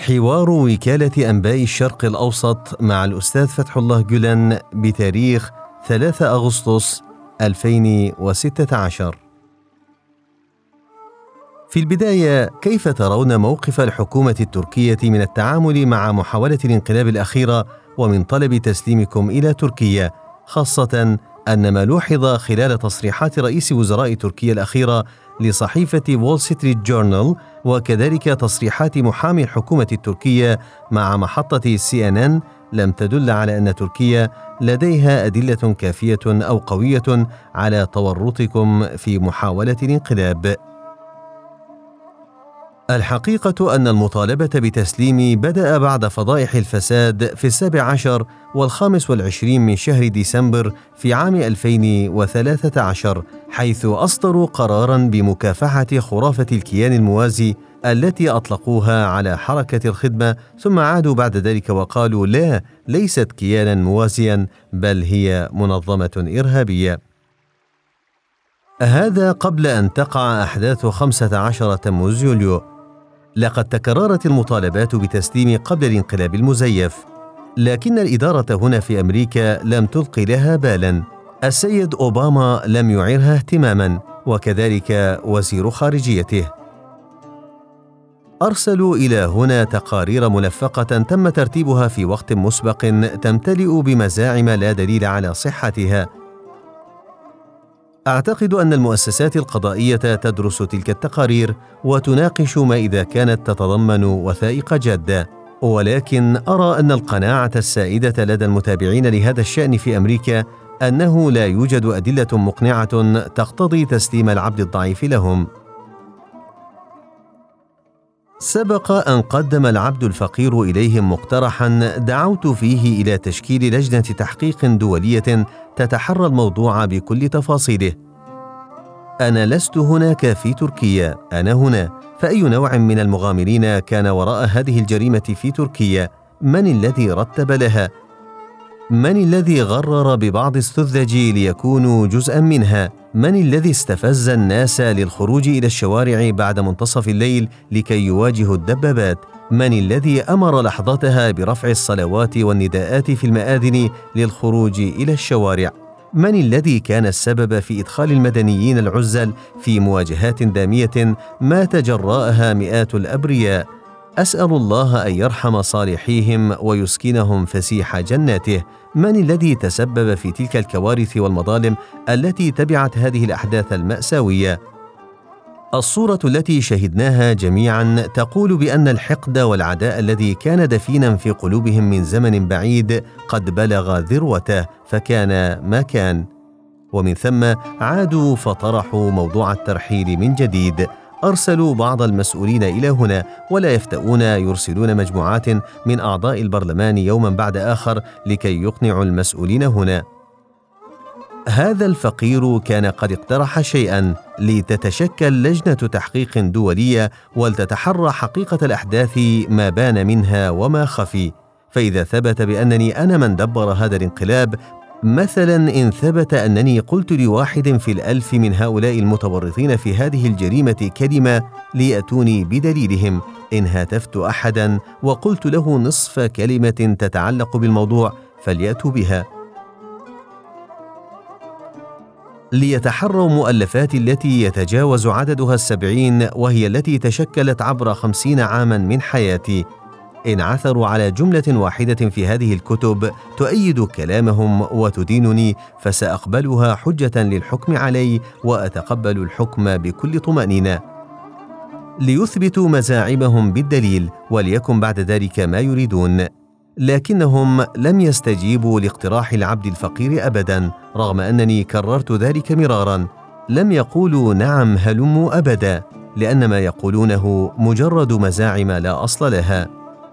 حوار وكالة أنباء الشرق الأوسط مع الأستاذ فتح الله جولان بتاريخ 3 أغسطس 2016. في البداية، كيف ترون موقف الحكومة التركية من التعامل مع محاولة الانقلاب الأخيرة ومن طلب تسليمكم إلى تركيا، خاصة أن ما لوحظ خلال تصريحات رئيس وزراء تركيا الأخيرة لصحيفة وول ستريت جورنال وكذلك تصريحات محامي الحكومة التركية مع محطة CNN لم تدل على أن تركيا لديها أدلة كافية أو قوية على تورطكم في محاولة الانقلاب. الحقيقة أن المطالبة بتسليمي بدأ بعد فضائح الفساد في 17 و25 من شهر ديسمبر في عام 2013، حيث أصدروا قراراً بمكافحة خرافة الكيان الموازي التي أطلقوها على حركة الخدمة، ثم عادوا بعد ذلك وقالوا لا، ليست كياناً موازياً بل هي منظمة إرهابية. هذا قبل أن تقع أحداث 15 تموز يوليو. لقد تكررت المطالبات بتسليم قبل الانقلاب المزيف، لكن الإدارة هنا في أمريكا لم تلقي لها بالاً. السيد أوباما لم يعرها اهتماماً، وكذلك وزير خارجيته. أرسلوا إلى هنا تقارير ملفقة تم ترتيبها في وقت مسبق تمتلئ بمزاعم لا دليل على صحتها. أعتقد أن المؤسسات القضائية تدرس تلك التقارير وتناقش ما إذا كانت تتضمن وثائق جادة، ولكن أرى أن القناعة السائدة لدى المتابعين لهذا الشأن في أمريكا أنه لا يوجد أدلة مقنعة تقتضي تسليم العبد الضعيف لهم. سبق أن قدم العبد الفقير إليهم مقترحاً دعوت فيه إلى تشكيل لجنة تحقيق دولية تتحرى الموضوع بكل تفاصيله. أنا لست هناك في تركيا، أنا هنا، فأي نوع من المغامرين كان وراء هذه الجريمة في تركيا؟ من الذي رتب لها؟ من الذي غرر ببعض السذج ليكونوا جزءاً منها؟ من الذي استفز الناس للخروج إلى الشوارع بعد منتصف الليل لكي يواجهوا الدبابات؟ من الذي أمر لحظتها برفع الصلوات والنداءات في المآذن للخروج إلى الشوارع؟ من الذي كان السبب في إدخال المدنيين العزل في مواجهات دامية مات جراءها مئات الأبرياء؟ أسأل الله أن يرحم صالحيهم ويسكنهم فسيح جناته. من الذي تسبب في تلك الكوارث والمظالم التي تبعت هذه الأحداث المأساوية؟ الصورة التي شهدناها جميعاً تقول بأن الحقد والعداء الذي كان دفيناً في قلوبهم من زمن بعيد قد بلغ ذروته، فكان ما كان. ومن ثم عادوا فطرحوا موضوع الترحيل من جديد. أرسلوا بعض المسؤولين إلى هنا، ولا يفتؤون يرسلون مجموعات من أعضاء البرلمان يوما بعد آخر لكي يقنعوا المسؤولين هنا. هذا الفقير كان قد اقترح شيئا لتتشكل لجنة تحقيق دولية ولتتحرى حقيقة الأحداث ما بان منها وما خفي. فإذا ثبت بأنني أنا من دبر هذا الانقلاب، مثلا إن ثبت أنني قلت لواحد في 1000 من هؤلاء المتورطين في هذه الجريمة كلمة ليأتوني بدليلهم، إن هاتفت أحدا وقلت له نصف كلمة تتعلق بالموضوع فليأتوا بها. ليتحروا مؤلفات التي يتجاوز عددها 70 وهي التي تشكلت عبر 50 عاما من حياتي. إن عثروا على جملة واحدة في هذه الكتب تؤيد كلامهم وتدينني، فسأقبلها حجة للحكم علي وأتقبل الحكم بكل طمأنينة. ليثبتوا مزاعمهم بالدليل، وليكن بعد ذلك ما يريدون. لكنهم لم يستجيبوا لاقتراح العبد الفقير أبدا، رغم أنني كررت ذلك مرارا. لم يقولوا نعم هلموا أبدا، لأن ما يقولونه مجرد مزاعم لا أصل لها.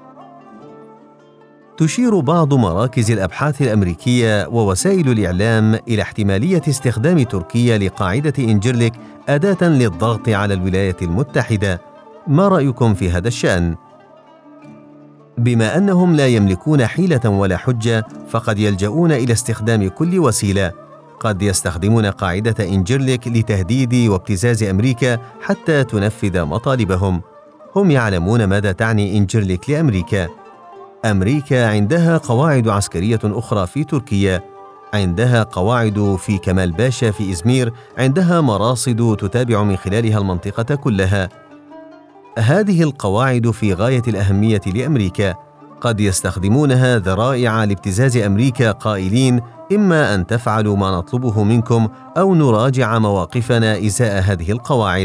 تشير بعض مراكز الأبحاث الأمريكية ووسائل الإعلام إلى احتمالية استخدام تركيا لقاعدة إنجرليك أداة للضغط على الولايات المتحدة. ما رأيكم في هذا الشأن؟ بما أنهم لا يملكون حيلة ولا حجة، فقد يلجؤون إلى استخدام كل وسيلة. قد يستخدمون قاعدة إنجرليك لتهديد وابتزاز أمريكا حتى تنفذ مطالبهم. هم يعلمون ماذا تعني إنجرليك لأمريكا. أمريكا عندها قواعد عسكرية أخرى في تركيا، عندها قواعد في كمال باشا في إزمير، عندها مراصد تتابع من خلالها المنطقة كلها. هذه القواعد في غاية الأهمية لأمريكا، قد يستخدمونها ذرائع لابتزاز أمريكا قائلين: إما أن تفعلوا ما نطلبه منكم أو نراجع مواقفنا إزاء هذه القواعد.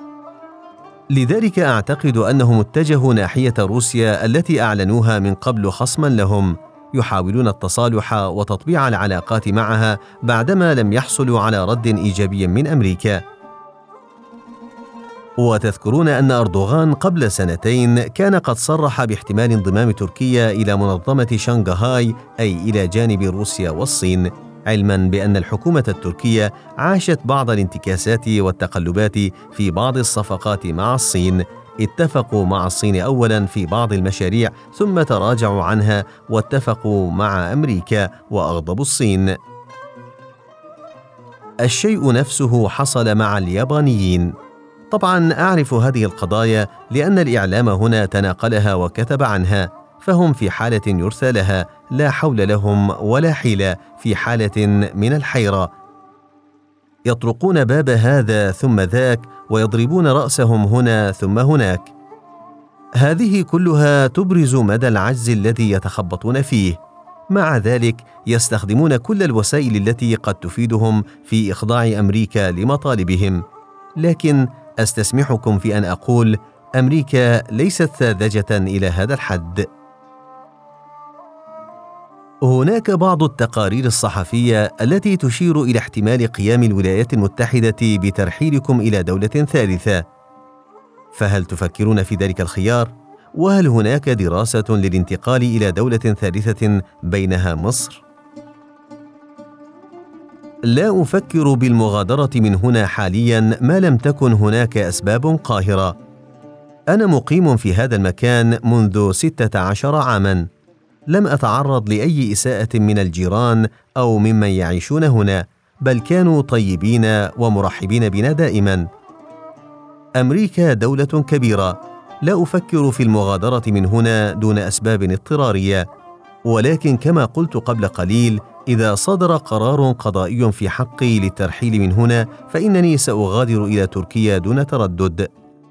لذلك أعتقد أنهم اتجهوا ناحية روسيا التي أعلنوها من قبل خصما لهم، يحاولون التصالح وتطبيع العلاقات معها بعدما لم يحصلوا على رد إيجابي من أمريكا. وتذكرون أن أردوغان قبل سنتين كان قد صرح باحتمال انضمام تركيا إلى منظمة شنغهاي، أي إلى جانب روسيا والصين، علما بأن الحكومة التركية عاشت بعض الانتكاسات والتقلبات في بعض الصفقات مع الصين. اتفقوا مع الصين أولا في بعض المشاريع ثم تراجعوا عنها واتفقوا مع أمريكا وأغضبوا الصين. الشيء نفسه حصل مع اليابانيين. طبعا أعرف هذه القضايا لأن الإعلام هنا تناقلها وكتب عنها، فهم في حالة يرثى لها، لا حول لهم ولا حيلة، في حالة من الحيرة، يطرقون باب هذا ثم ذاك ويضربون رأسهم هنا ثم هناك. هذه كلها تبرز مدى العجز الذي يتخبطون فيه. مع ذلك يستخدمون كل الوسائل التي قد تفيدهم في إخضاع أمريكا لمطالبهم، لكن أستسمحكم في أن أقول أمريكا ليست ساذجة إلى هذا الحد. هناك بعض التقارير الصحفية التي تشير إلى احتمال قيام الولايات المتحدة بترحيلكم إلى دولة ثالثة، فهل تفكرون في ذلك الخيار؟ وهل هناك دراسة للانتقال إلى دولة ثالثة بينها مصر؟ لا أفكر بالمغادرة من هنا حالياً ما لم تكن هناك أسباب قاهرة. أنا مقيم في هذا المكان منذ 16 عاماً، لم أتعرض لأي إساءة من الجيران أو ممن يعيشون هنا، بل كانوا طيبين ومرحبين بنا دائماً. أمريكا دولة كبيرة، لا أفكر في المغادرة من هنا دون أسباب اضطرارية، ولكن كما قلت قبل قليل، إذا صدر قرار قضائي في حقي للترحيل من هنا فإنني سأغادر إلى تركيا دون تردد.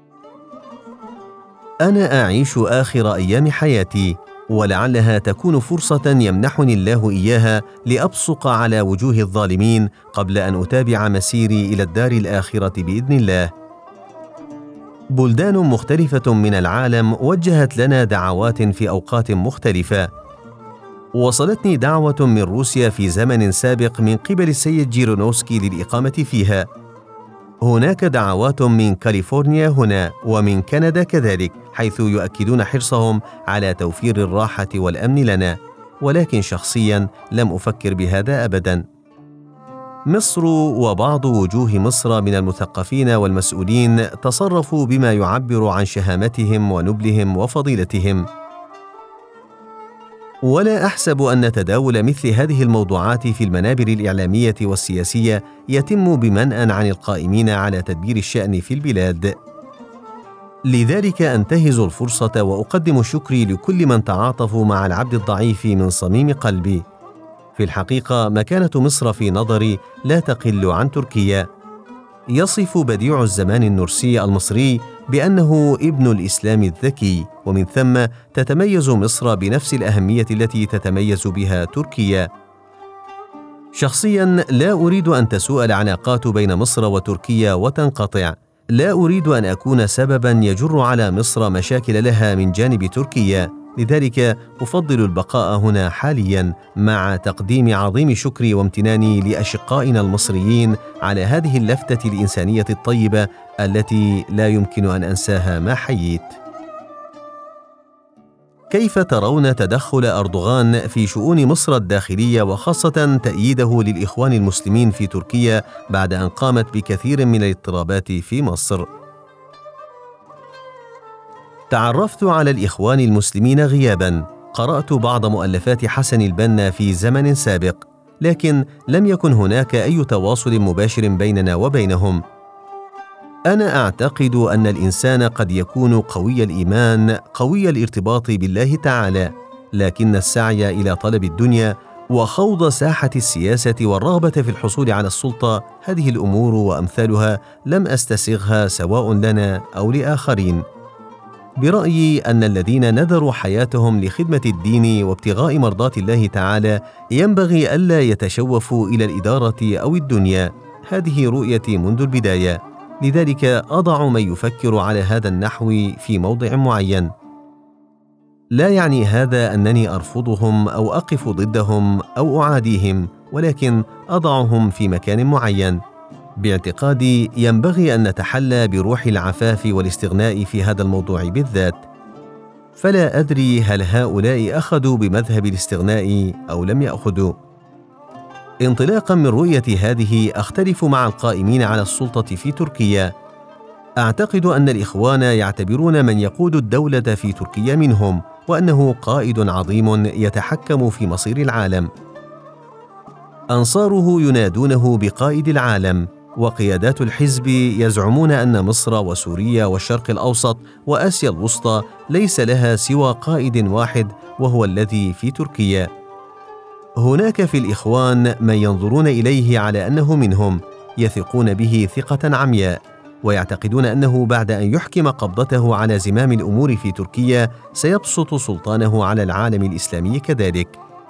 أنا أعيش آخر أيام حياتي، ولعلها تكون فرصة يمنحني الله إياها لأبصق على وجوه الظالمين قبل أن أتابع مسيري إلى الدار الآخرة بإذن الله. بلدان مختلفة من العالم وجهت لنا دعوات في أوقات مختلفة. وصلتني دعوة من روسيا في زمن سابق من قبل السيد جيرونوسكي للإقامة فيها. هناك دعوات من كاليفورنيا هنا ومن كندا كذلك، حيث يؤكدون حرصهم على توفير الراحة والأمن لنا، ولكن شخصياً لم أفكر بهذا أبداً. مصر وبعض وجوه مصر من المثقفين والمسؤولين تصرفوا بما يعبر عن شهامتهم ونبلهم وفضيلتهم، ولا أحسب أن تداول مثل هذه الموضوعات في المنابر الإعلامية والسياسية يتم بمنأى عن القائمين على تدبير الشأن في البلاد. لذلك أنتهز الفرصة وأقدم شكري لكل من تعاطفوا مع العبد الضعيف من صميم قلبي. في الحقيقة مكانة مصر في نظري لا تقل عن تركيا. يصف بديع الزمان النرسي المصري بأنه ابن الإسلام الذكي، ومن ثم تتميز مصر بنفس الأهمية التي تتميز بها تركيا. شخصياً لا أريد أن تسوء العلاقات بين مصر وتركيا وتنقطع، لا أريد أن أكون سبباً يجر على مصر مشاكل لها من جانب تركيا، لذلك أفضل البقاء هنا حالياً، مع تقديم عظيم شكري وامتناني لأشقائنا المصريين على هذه اللفتة الإنسانية الطيبة التي لا يمكن أن أنساها ما حييت. كيف ترون تدخل أردوغان في شؤون مصر الداخلية، وخاصة تأييده للإخوان المسلمين في تركيا بعد أن قامت بكثير من الاضطرابات في مصر؟ تعرفت على الإخوان المسلمين غياباً، قرأت بعض مؤلفات حسن البنا في زمن سابق، لكن لم يكن هناك أي تواصل مباشر بيننا وبينهم. أنا أعتقد أن الإنسان قد يكون قوي الإيمان، قوي الارتباط بالله تعالى، لكن السعي إلى طلب الدنيا وخوض ساحة السياسة والرغبة في الحصول على السلطة، هذه الأمور وأمثالها لم أستسغها سواء لنا أو لآخرين. برأيي أن الذين نذروا حياتهم لخدمة الدين وابتغاء مرضاة الله تعالى ينبغي ألا يتشوفوا إلى الإدارة أو الدنيا، هذه رؤيتي منذ البداية، لذلك أضع من يفكر على هذا النحو في موضع معين. لا يعني هذا أنني أرفضهم أو أقف ضدهم أو أعاديهم، ولكن أضعهم في مكان معين. باعتقادي ينبغي أن نتحلى بروح العفاف والاستغناء في هذا الموضوع بالذات. فلا أدري هل هؤلاء أخذوا بمذهب الاستغناء أو لم يأخذوا. انطلاقا من رؤية هذه أختلف مع القائمين على السلطة في تركيا. أعتقد أن الإخوان يعتبرون من يقود الدولة في تركيا منهم، وأنه قائد عظيم يتحكم في مصير العالم. أنصاره ينادونه بقائد العالم، وقيادات الحزب يزعمون أن مصر وسوريا والشرق الأوسط وآسيا الوسطى ليس لها سوى قائد واحد وهو الذي في تركيا. هناك في الإخوان من ينظرون إليه على أنه منهم، يثقون به ثقة عمياء، ويعتقدون أنه بعد أن يحكم قبضته على زمام الأمور في تركيا سيبسط سلطانه على العالم الإسلامي كذلك.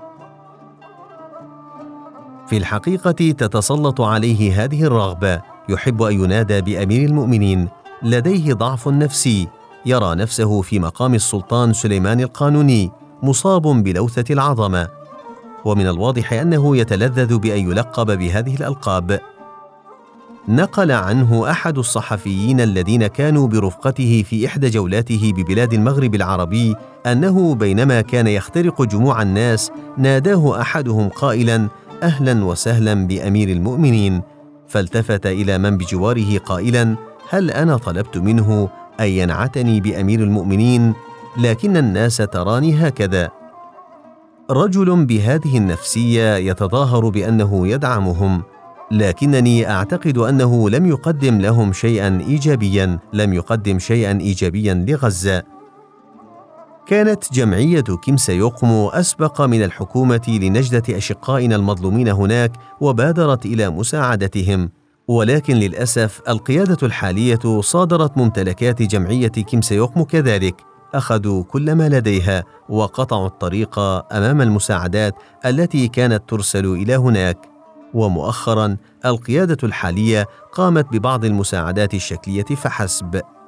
في الحقيقة تتسلط عليه هذه الرغبة، يحب أن ينادى بأمير المؤمنين، لديه ضعف نفسي، يرى نفسه في مقام السلطان سليمان القانوني، مصاب بلوثة العظمة، ومن الواضح أنه يتلذذ بأن يلقب بهذه الألقاب. نقل عنه أحد الصحفيين الذين كانوا برفقته في إحدى جولاته ببلاد المغرب العربي أنه بينما كان يخترق جموع الناس ناداه أحدهم قائلاً: أهلاً وسهلاً بأمير المؤمنين، فالتفت إلى من بجواره قائلاً: هل أنا طلبت منه أن ينعتني بأمير المؤمنين؟ لكن الناس تراني هكذا. رجل بهذه النفسية يتظاهر بأنه يدعمهم، لكنني أعتقد أنه لم يقدم لهم شيئاً إيجابياً، لم يقدم شيئاً إيجابياً لغزة. كانت جمعية كيم سيوقم أسبق من الحكومة لنجدة أشقائنا المظلومين هناك وبادرت إلى مساعدتهم، ولكن للأسف القيادة الحالية صادرت ممتلكات جمعية كيم سيوقم كذلك، أخذوا كل ما لديها وقطعوا الطريق أمام المساعدات التي كانت ترسل إلى هناك. ومؤخراً القيادة الحالية قامت ببعض المساعدات الشكلية فحسب.